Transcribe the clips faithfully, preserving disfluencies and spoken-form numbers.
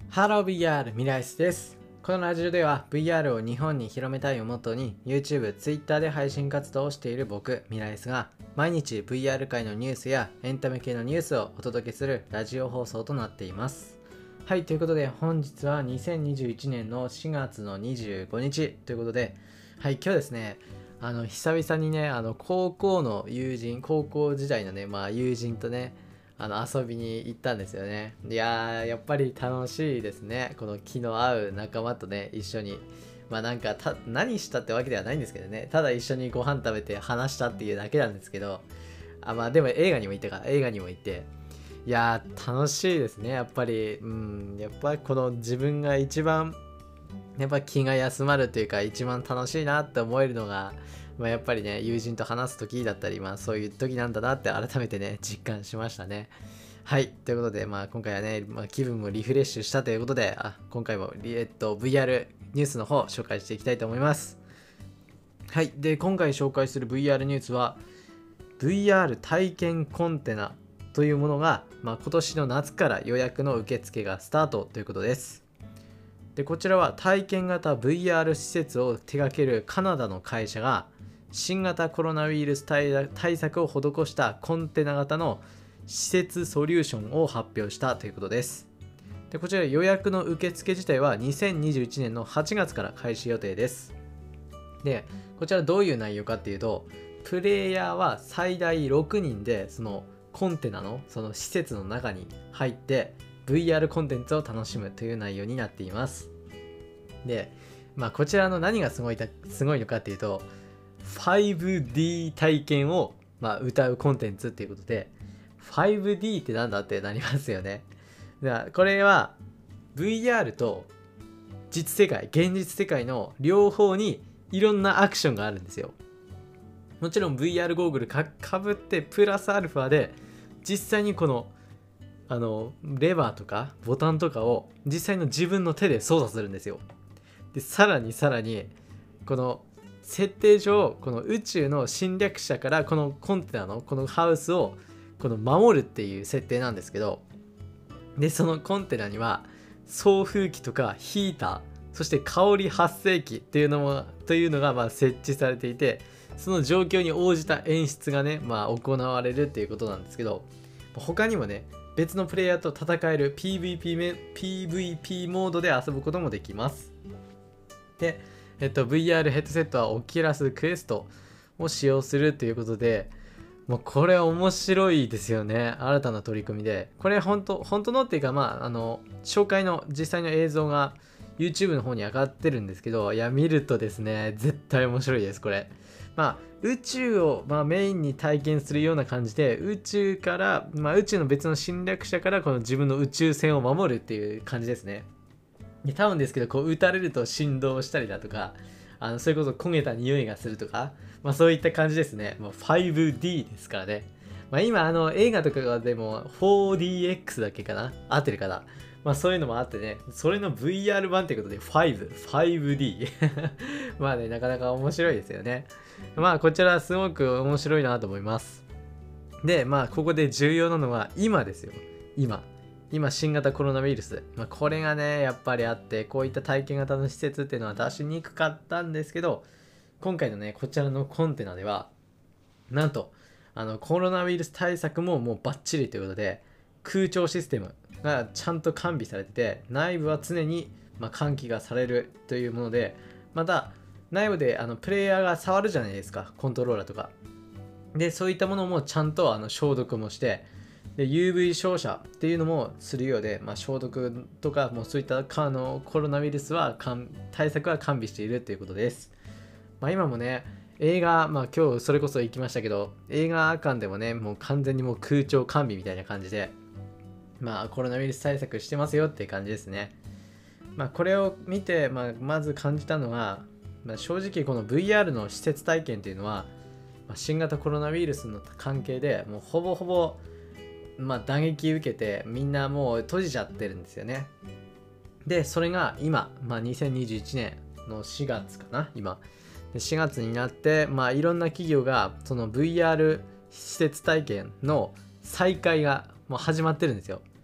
ハロー ブイアール ミライスです。このラジオでは ブイアール を日本に広めたいをモットーに YouTube、Twitter で配信活動をしている僕、ミライスが毎日 ブイアール 界のニュースやエンタメ系のニュースをお届けするラジオ放送となっています。はい、ということで本日はにせんにじゅういちねんのしがつのにじゅうごにちということで、はい、今日ですね、あの久々にね、あの高校の友人、高校時代のね、まあ友人とね、あの遊びに行ったんですよね。いやーやっぱり楽しいですね。この気の合う仲間とね一緒に、まあなんかた何したってわけではないんですけどね、ただ一緒にご飯食べて話したっていうだけなんですけど、あまあでも映画にも行ったか映画にも行って、いやー楽しいですね。やっぱりうんやっぱりこの自分が一番やっぱ気が休まるというか一番楽しいなって思えるのが、まあ、やっぱりね友人と話す時だったり、まあそういう時なんだなって改めてね実感しましたね。はい、ということで、まあ今回はね、まあ、気分もリフレッシュしたということで、あ今回もえっと ブイアール ニュースの方紹介していきたいと思います。はい、で今回紹介する ブイアール ニュースは ブイアール 体験コンテナというものが、まあ、今年の夏から予約の受付がスタートということです。でこちらは体験型 ブイアール 施設を手掛けるカナダの会社が新型コロナウイルス対策を施したコンテナ型の施設ソリューションを発表したということです。でこちら予約の受付自体はにせんにじゅういちねんのはちがつから開始予定です。でこちらどういう内容かっていうと、プレイヤーは最大ろくにんでそのコンテナのその施設の中に入って ブイアール コンテンツを楽しむという内容になっています。で、まあ、こちらの何がすごいすごいのかっていうと ファイブディー 体験を、まあ、歌うコンテンツっていうことで、 ファイブディー ってなんだってなりますよね。だからこれは ブイアール と実世界現実世界の両方にいろんなアクションがあるんですよ。もちろん ブイアール ゴーグル か, かぶってプラスアルファで実際にこのあのレバーとかボタンとかを実際の自分の手で操作するんですよ。でさらにさらにこの設定上この宇宙の侵略者からこのコンテナのこのハウスをこの守るっていう設定なんですけど、でそのコンテナには送風機とかヒーター、そして香り発生器っていうのもというのがまあ設置されていて、その状況に応じた演出がね、まあ、行われるっていうことなんですけど、他にもね別のプレイヤーと戦える ピーブイピー め ピーブイピー モードで遊ぶこともできます。で、えっと、ブイアール ヘッドセットはオキュラスクエストを使用するということで、もうこれは面白いですよね。新たな取り組みで、これ本当本当のっていうか、まああの紹介の実際の映像が YouTube の方に上がってるんですけど、いや見るとですね絶対面白いですこれ。まあ宇宙を、まあ、メインに体験するような感じで、宇宙から、まあ、宇宙の別の侵略者からこの自分の宇宙船を守るっていう感じですね。で多分ですけど、こう撃たれると振動したりだとか、あのそれこそ焦げた匂いがするとか、まあ、そういった感じですね。もう ファイブディー ですからね。まあ、今あの映画とかでも フォーディーエックス だっけかな、合ってるかな。まあそういうのもあってね、それの ブイアール 版ということでご、ファイブディー まあね、なかなか面白いですよね。まあこちらすごく面白いなと思います。で、まあここで重要なのは今ですよ。今。今新型コロナウイルス、まあ、これがねやっぱりあって、こういった体験型の施設っていうのは出しにくかったんですけど、今回のねこちらのコンテナではなんとあのコロナウイルス対策ももうバッチリということで、空調システムがちゃんと完備されてて、内部は常にまあ換気がされるというもので、また内部であのプレイヤーが触るじゃないですか、コントローラーとかで、そういったものもちゃんとあの消毒もして、で ユーブイ 照射っていうのもするようで、まあ、消毒とかもうそういったあのコロナウイルスは対策は完備しているということです。まあ、今もね映画、まあ今日それこそ行きましたけど、映画館でもねもう完全にもう空調完備みたいな感じで、まあコロナウイルス対策してますよっていう感じですね。まあこれを見て、まあ、まず感じたのは、まあ、正直この ブイアール の施設体験っていうのは、まあ、新型コロナウイルスの関係でもうほぼほぼまあ打撃受けてみんなもう閉じちゃってるんですよね。でそれが今、まあ、にせんにじゅういちねんのしがつかな、今でしがつになって、まあ、いろんな企業がその ブイアール 施設体験の再開がもう始まってるんですよ。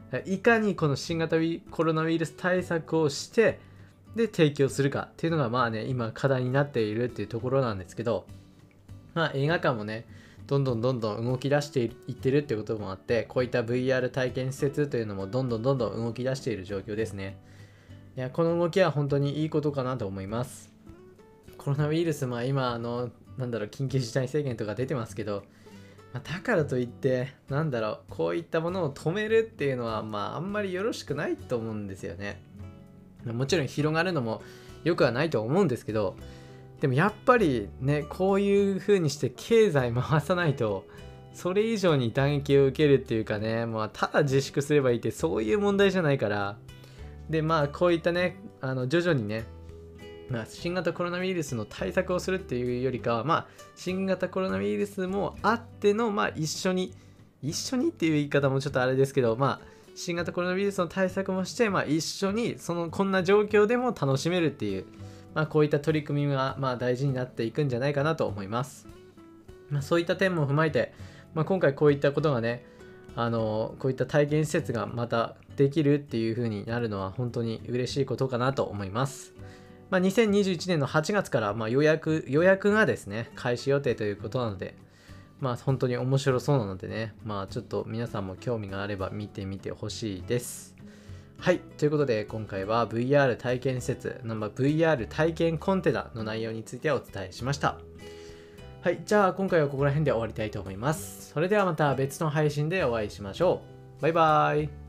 いかにこの新型コロナウイルス対策をしてで提供するかっていうのがまあね今課題になっているっていうところなんですけど、まあ映画館もねどんどんどんどん動き出していってるってこともあって、こういった ブイアール 体験施設というのもどんどんどんどん動き出している状況ですね。いやこの動きは本当にいいことかなと思います。コロナウイルス、まあ今あのなんだろう緊急事態宣言とか出てますけど、まあ、だからといってなんだろうこういったものを止めるっていうのはまああんまりよろしくないと思うんですよね。もちろん広がるのも良くはないと思うんですけど、でもやっぱりねこういう風にして経済回さないとそれ以上に打撃を受けるっていうかね、まあただ自粛すればいいってそういう問題じゃないから、でまあこういったねあの徐々にね、まあ、新型コロナウイルスの対策をするっていうよりかは、まあ新型コロナウイルスもあってのまあ一緒に一緒にっていう言い方もちょっとあれですけど、まあ新型コロナウイルスの対策もして、まあ、一緒にそのこんな状況でも楽しめるっていう、まあ、こういった取り組みがまあ大事になっていくんじゃないかなと思います。まあ、そういった点も踏まえて、まあ、今回こういったことがねあのこういった体験施設がまたできるっていう風になるのは本当に嬉しいことかなと思います。まあ、にせんにじゅういちねんのはちがつからまあ予約予約がですね開始予定ということなので、まあ本当に面白そうなのでね、まあちょっと皆さんも興味があれば見てみてほしいです。はい、ということで今回は ブイアール 体験施設、まあ、ブイアール 体験コンテナの内容についてお伝えしました。はい、じゃあ今回はここら辺で終わりたいと思います。それではまた別の配信でお会いしましょう。バイバーイ。